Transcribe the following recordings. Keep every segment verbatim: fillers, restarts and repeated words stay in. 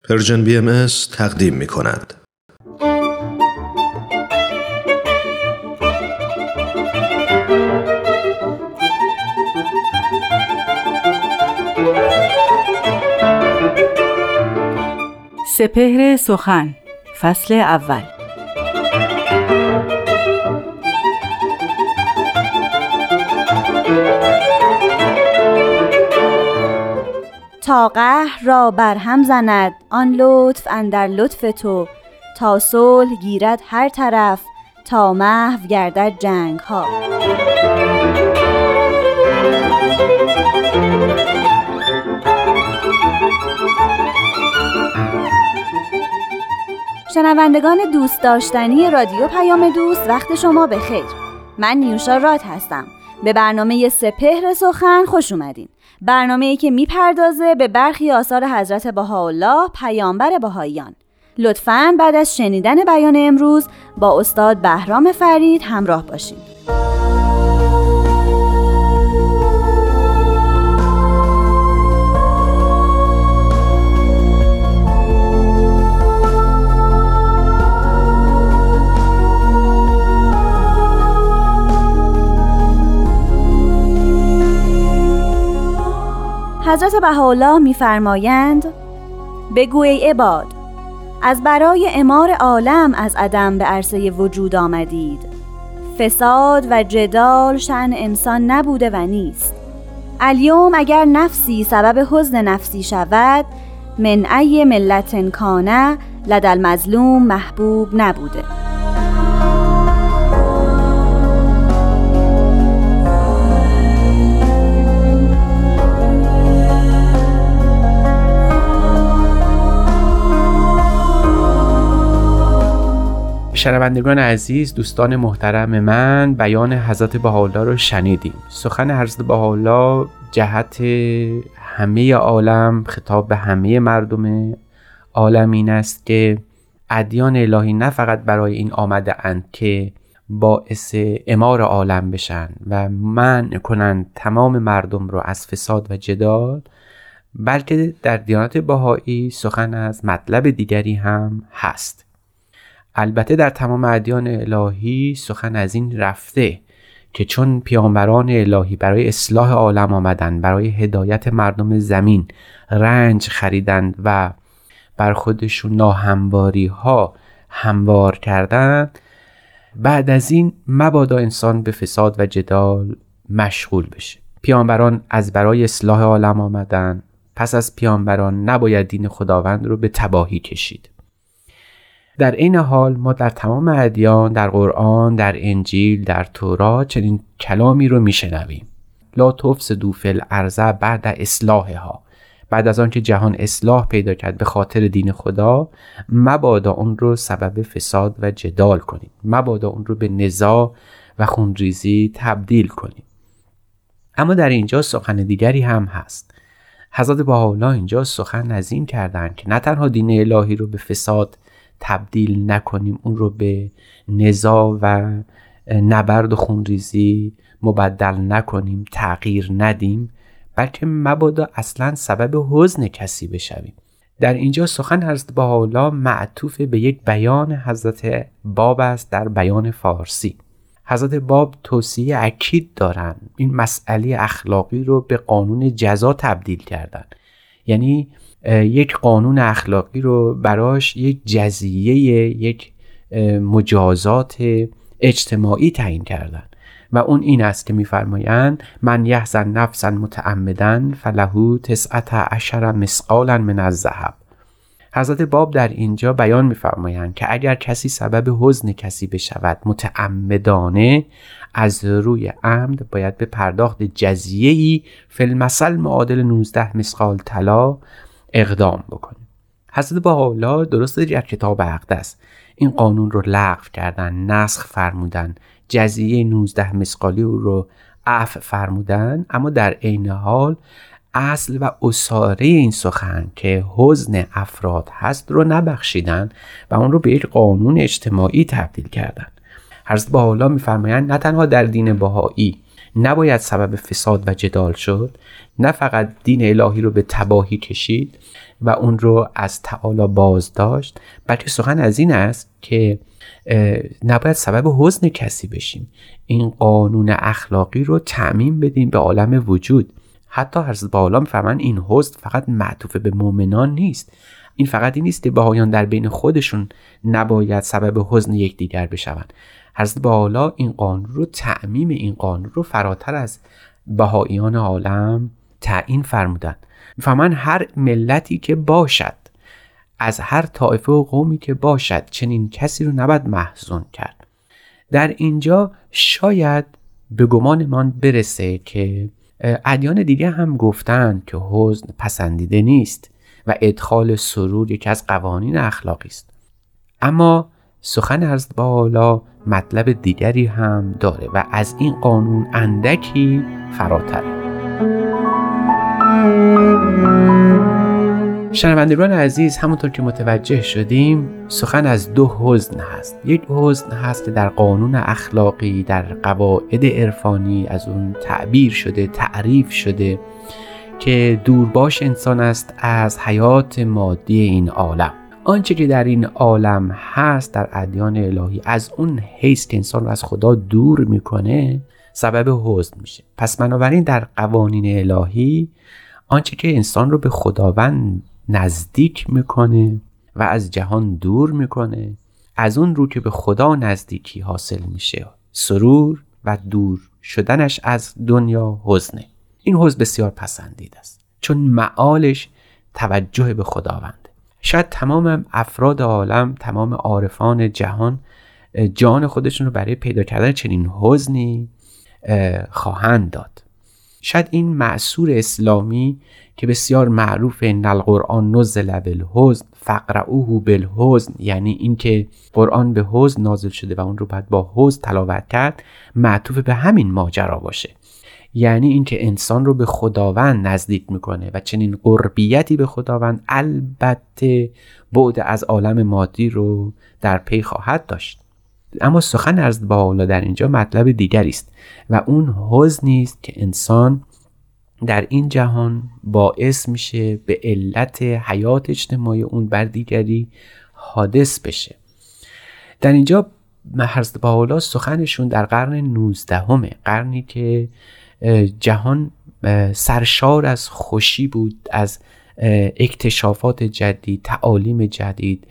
پرژن بی ام اس تقدیم می کند. سپهر سخن، فصل اول. تا قهر را برهم زند آن لطف اندر لطف تو، تا صلح گیرد هر طرف، تا محو گردد جنگ ها. شنوندگان دوست داشتنی رادیو پیام دوست، وقت شما بخیر. من نیوشا راد هستم. به برنامه سپهر سخن خوش اومدین. برنامه‌ای که میپردازه به برخی آثار حضرت بهاءالله پیامبر بهائیان. لطفاً بعد از شنیدن بیان امروز با استاد بهرام فرید همراه باشین. حضرت بهاءالله می‌فرمایند: بگو ای عباد، از برای اعمار عالم از عدم به عرصه وجود آمدید. فساد و جدال شأن انسان نبوده و نیست. الیوم اگر نفسی سبب حزن نفسی شود، من ای ملت کانه لدى المظلوم محبوب نبوده. شنوندگان عزیز، دوستان محترم من، بیان حضرت بهاءالله رو شنیدیم. سخن حضرت بهاءالله جهت همه عالم، خطاب به همه مردم عالم این است که ادیان الهی نه فقط برای این آمده اند که باعث اعمار عالم بشن و منع کنند تمام مردم رو از فساد و جدال، بلکه در دیانت بهایی سخن از مطلب دیگری هم هست. البته در تمام ادیان الهی سخن از این رفته که چون پیامبران الهی برای اصلاح عالم آمدند، برای هدایت مردم زمین رنج خریدند و بر خودشون ناهمواری ها هموار کردند، بعد از این مبادا انسان به فساد و جدال مشغول بشه. پیامبران از برای اصلاح عالم آمدند، پس از پیامبران نباید دین خداوند رو به تباهی کشید. در این حال ما در تمام ادیان، در قرآن، در انجیل، در تورات چنین کلامی رو میشنویم: لا تفسدوا فی الارض بعد اصلاحها. بعد از آن که جهان اصلاح پیدا کرد به خاطر دین خدا، مبادا اون رو سبب فساد و جدال کنیم، مبادا اون رو به نزاع و خونریزی تبدیل کنیم. اما در اینجا سخن دیگری هم هست. حضرت بهاءالله اینجا سخن از این کردند که نه تنها دین الهی رو به فساد تبدیل نکنیم، اون رو به نزاع و نبرد و خونریزی مبدل نکنیم، تغییر ندیم، بلکه مبادا اصلا سبب حزن کسی بشویم. در اینجا سخن حضرت بهاءالله معطوف به یک بیان حضرت باب است در بیان فارسی. حضرت باب توصیه اکید دارند این مسئله اخلاقی رو به قانون جزا تبدیل کردن، یعنی یک قانون اخلاقی رو براش یک جزیه، یک مجازات اجتماعی تعیین کردن و اون این است که می‌فرمایند: من یحزن نفسا متعمدا فله تسعة عشر مثقالا من الذهب. حضرت باب در اینجا بیان می‌فرمایند که اگر کسی سبب حزن کسی بشود متعمدانه، از روی عمد باید به پرداخت جزیه‌ای فی المثل معادل نوزده مثقال طلا اقدام بکنیم. حضرت بهاءالله درسته در کتاب اقدس این قانون رو لغو کردن، نسخ فرمودن، جزیه نوزده مثقالی رو عفو فرمودن، اما در عین حال اصل و اساره این سخن که حزن افراد هست رو نبخشیدن و اون رو به یک قانون اجتماعی تبدیل کردن. حضرت بهاءالله می‌فرمایند نه تنها در دین بهایی نباید سبب فساد و جدال شد، نه فقط دین الهی رو به تباهی کشید، و اون رو از تعالی باز داشت، بلکه سخن از این است که نباید سبب حزن کسی بشیم. این قانون اخلاقی رو تعمیم بدیم به عالم وجود. حتی حضرت بهاءالله می‌فرمایند این حزن فقط معطوف به مؤمنان نیست. این فقط این نیست که بهائیان در بین خودشون نباید سبب حزن یکدیگر بشوند. حضرت بهاءالله این قانون رو، تعمیم این قانون رو فراتر از بهائیان عالم تعیین فرمودند. می‌فرمایند هر ملتی که باشد، از هر طایفه و قومی که باشد، چنین کسی رو نباید محزون کرد. در اینجا شاید به گمانمان برسه که ادیان دیگه هم گفتن که حزن پسندیده نیست و ادخال سرور یکی از قوانین اخلاقی است. اما سخن حضرت بهاءالله مطلب دیگری هم داره و از این قانون اندکی فراتره. شنوندگان عزیز، همونطور که متوجه شدیم سخن از دو حزن هست. یک حزن هست که در قانون اخلاقی، در قواعد عرفانی از اون تعبیر شده، تعریف شده که دورباش انسان است از حیات مادی این عالم. آنچه که در این عالم هست در ادیان الهی از اون حیث که انسان رو از خدا دور میکنه سبب حزن میشه. پس بنابراین در قوانین الهی آنچه که انسان رو به خداوند نزدیک میکنه و از جهان دور میکنه، از اون رو که به خدا نزدیکی حاصل میشه سرور و دور شدنش از دنیا حزنه. این حزن بسیار پسندیده است چون معالش توجه به خداوند. شاید تمام افراد عالم، تمام عارفان جهان جان خودشون رو برای پیدا کردن چنین حزنی خواهند داد. شاید این معصور اسلامی که بسیار معروف، ان القرآن نزل بالحزن فاقرؤوه بالحزن، یعنی این که قرآن به حزن نازل شده و اون رو باید با حزن تلاوت کرد، معطوف به همین ماجرا باشه. یعنی این که انسان رو به خداوند نزدیک میکنه و چنین قربیتی به خداوند البته بعد از عالم مادی رو در پی خواهد داشت. اما سخن از بهاءالله در اینجا مطلب دیگری است و اون حزنی است که انسان در این جهان باعث میشه به علت حیات اجتماعی اون بر دیگری حادث بشه. در اینجا حضرت بهاءالله سخنشون در قرن نوزدهمه، قرنی که جهان سرشار از خوشی بود، از اکتشافات جدید، تعالیم جدید،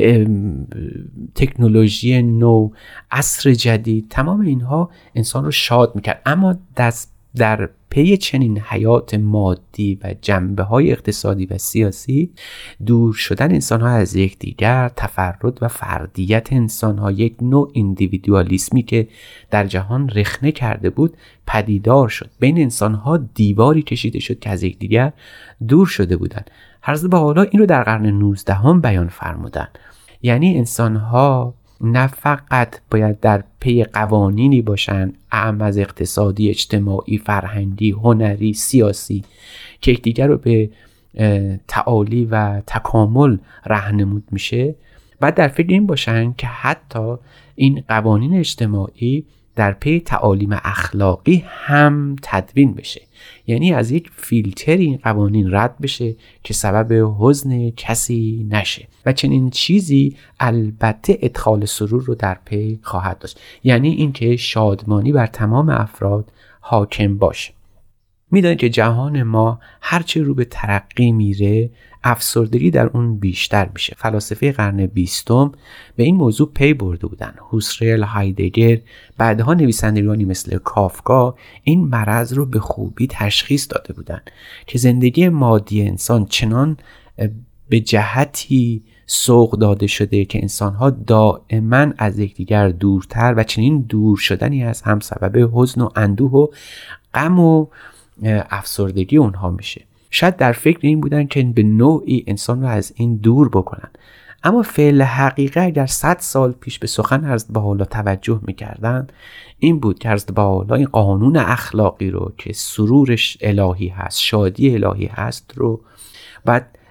تکنولوژی نو، عصر جدید، تمام اینها انسان رو شاد میکرد. اما دست در پی چنین حیات مادی و جنبه‌های اقتصادی و سیاسی دور شدن انسان‌ها از یکدیگر، تفرد و فردیت انسان‌ها، یک نوع ایندیویدوالیسمی که در جهان رخنه کرده بود پدیدار شد. بین انسان‌ها دیواری کشیده شد که از یکدیگر دور شده بودند. حضرت بهاءالله این رو در قرن نوزدهم بیان فرمودند. یعنی انسان‌ها نه فقط باید در پی قوانینی باشن اعم از اقتصادی، اجتماعی، فرهنگی، هنری، سیاسی که یکدیگر رو به تعالی و تکامل راهنمود میشه، بعد در فکر این باشن که حتی این قوانین اجتماعی در پی تعالیم اخلاقی هم تدوین بشه. یعنی از یک فیلتر این قوانین رد بشه که سبب حزن کسی نشه و چنین چیزی البته ادخال سرور رو در پی خواهد داشت. یعنی اینکه شادمانی بر تمام افراد حاکم باشه. میدونید که جهان ما هرچه رو به ترقی میره افسردگی در اون بیشتر میشه. فلاسفه قرن بیستم به این موضوع پی برده بودن. هوسرل، هایدگر، بعدها نویسندگانی مثل کافکا این مرض رو به خوبی تشخیص داده بودن که زندگی مادی انسان چنان به جهتی سوق داده شده که انسان‌ها دائما از یکدیگر دورتر و چنین دور شدنی از هم سبب حزن و اندوه و غم و افسردگی اونها میشه. شاید در فکر این بودن که به نوعی انسان رو از این دور بکنن، اما فعل حقیقه اگر صد سال پیش به سخن حضرت بهاءالله توجه میکردن این بود که حضرت بهاءالله این قانون اخلاقی رو که سرورش الهی هست، شادی الهی هست رو بعد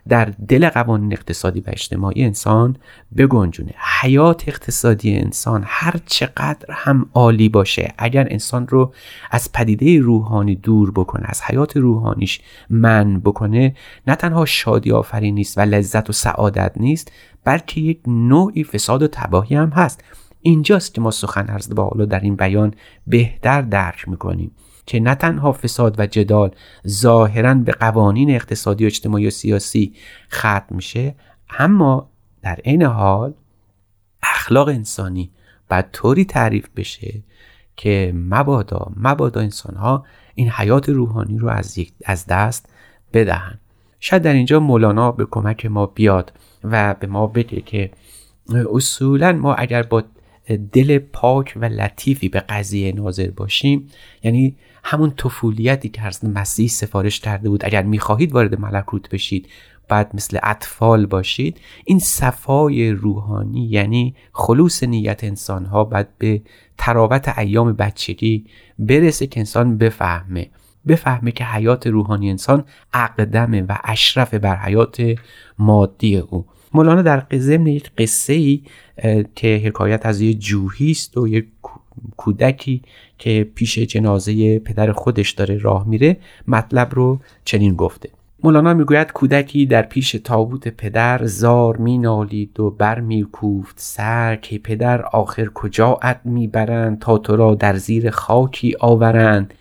در دل قوانین اقتصادی و اجتماعی انسان بگنجونه. حیات اقتصادی انسان هر چقدر هم عالی باشه، اگر انسان رو از پدیده روحانی دور بکنه، از حیات روحانیش منع بکنه، نه تنها شادی آفرین نیست و لذت و سعادت نیست، بلکه یک نوعی فساد و تباهی هم هست. اینجاست که ما سخن عرض با حالا در این بیان بهتر درک میکنیم که نه تنها فساد و جدال ظاهراً به قوانین اقتصادی و اجتماعی و سیاسی ختم میشه، اما در عین حال اخلاق انسانی باید طوری تعریف بشه که مبادا مبادا انسانها این حیات روحانی رو از از دست بدهن. شاید در اینجا مولانا به کمک ما بیاد و به ما بگه که اصولاً ما اگر با دل پاک و لطیفی به قضیه ناظر باشیم، یعنی همون طفولیتی که حضرت مسیح سفارش کرده بود اگر میخواهید وارد ملکوت بشید باید مثل اطفال باشید، این صفای روحانی یعنی خلوص نیت انسانها باید به تراوت ایام بچگی برسه که انسان بفهمه بفهمه که حیات روحانی انسان اقدمه و اشرف بر حیات مادی او. مولانا در ضمن یک قصه‌ای که حکایت از یک جوحی است و یک کودکی که پیش جنازه پدر خودش داره راه میره مطلب رو چنین گفته. مولانا میگوید کودکی در پیش تابوت پدر زار مینالید و بر میکوفت سر که پدر آخر کجاات میبرند تا تو را در زیر خاکی آورند.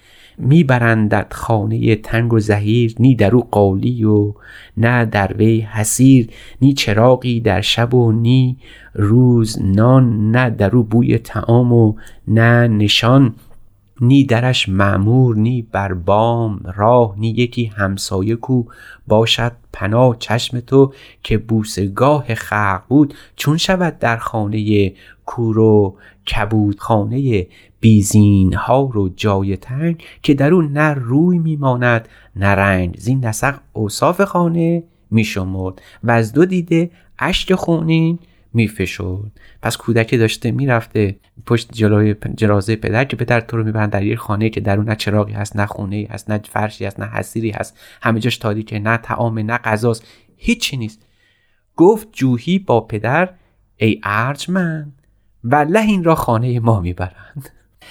میبرندت خانه تنگ و زهیر، نی در او قالی و نه در وی حسیر، نی چراغی در شب و نی روز نان، نه در او بوی طعام و نه نشان، نی درش معمور نی بر بام راه، نی یکی همسایه کو باشد پناه. چشم تو که بوسگاه خلق بود چون شود در خانه کور و کبود. خانه بیزین ها رو جای تنگ که در اون نه روی میماند نه رنگ. زین نسق اوصاف خانه میشمرد و از دو دیده اشک خونین میفشرد. پس کودکی داشته میرفته پشت جلوی جنازه پدر که پدر تو رو میبرن در یک خانه که در اون نه چراغی هست نه خونه‌ای هست نه فرشی هست نه حصیری هست، همه جاش تاریکه، نه طعام نه غذاست، هیچی نیست. گفت جوحی با پدر ای ارجمند والله این را خانه ما میبرند.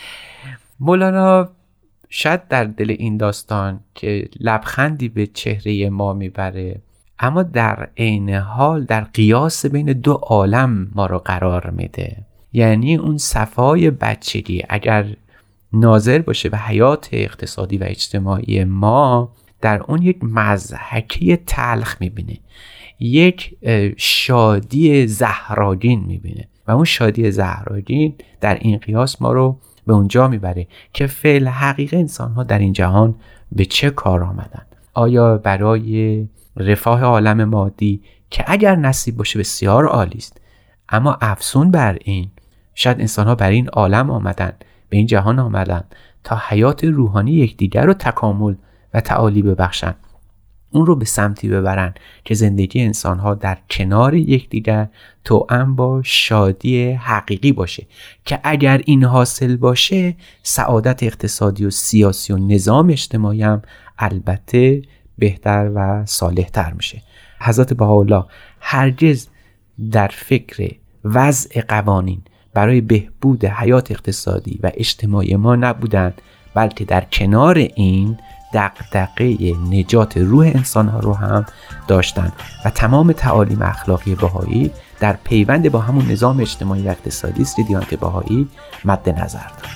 مولانا شاید در دل این داستان که لبخندی به چهره ما میبره، اما در عین حال در قیاس بین دو عالم ما رو قرار میده. یعنی اون صفای بچگی اگر ناظر باشه به حیات اقتصادی و اجتماعی ما، در اون یک مضحکه تلخ میبینه، یک شادی زهراگین میبینه و اون شادی زهراگین در این قیاس ما رو به اونجا میبره که فعل حقیقه انسان ها در این جهان به چه کار آمدن. آیا برای رفاه عالم مادی که اگر نصیب باشه بسیار عالی است، اما افسون بر این شاید انسان ها بر این عالم آمدن، به این جهان آمدن تا حیات روحانی یکدیگر رو تکامل و تعالی ببخشن، اون رو به سمتی ببرن که زندگی انسان ها در کنار یکدیگر توأم با شادی حقیقی باشه که اگر این حاصل باشه سعادت اقتصادی و سیاسی و نظام اجتماعی هم البته بهتر و صالحتر میشه. حضرت بهاءالله هرگز در فکر وضع قوانین برای بهبود حیات اقتصادی و اجتماعی ما نبودند، بلکه در کنار این دغدغه نجات روح انسان‌ها رو هم داشتند و تمام تعالیم اخلاقی بهایی در پیوند با همون نظام اجتماعی و اقتصادی است که دیانت بهایی مد نظر دارد.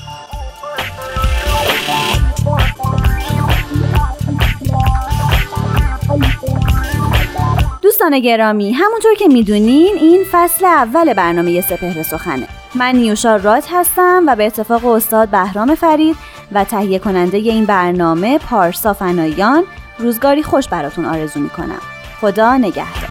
دوستان گرامی، همونطور که میدونین این فصل اول برنامه سپهر سخنه. من نیوشا راد هستم و به اتفاق استاد بهرام فرید و تهیه کننده این برنامه پارسا فنایان روزگاری خوش براتون آرزو میکنم. خدا نگهدار.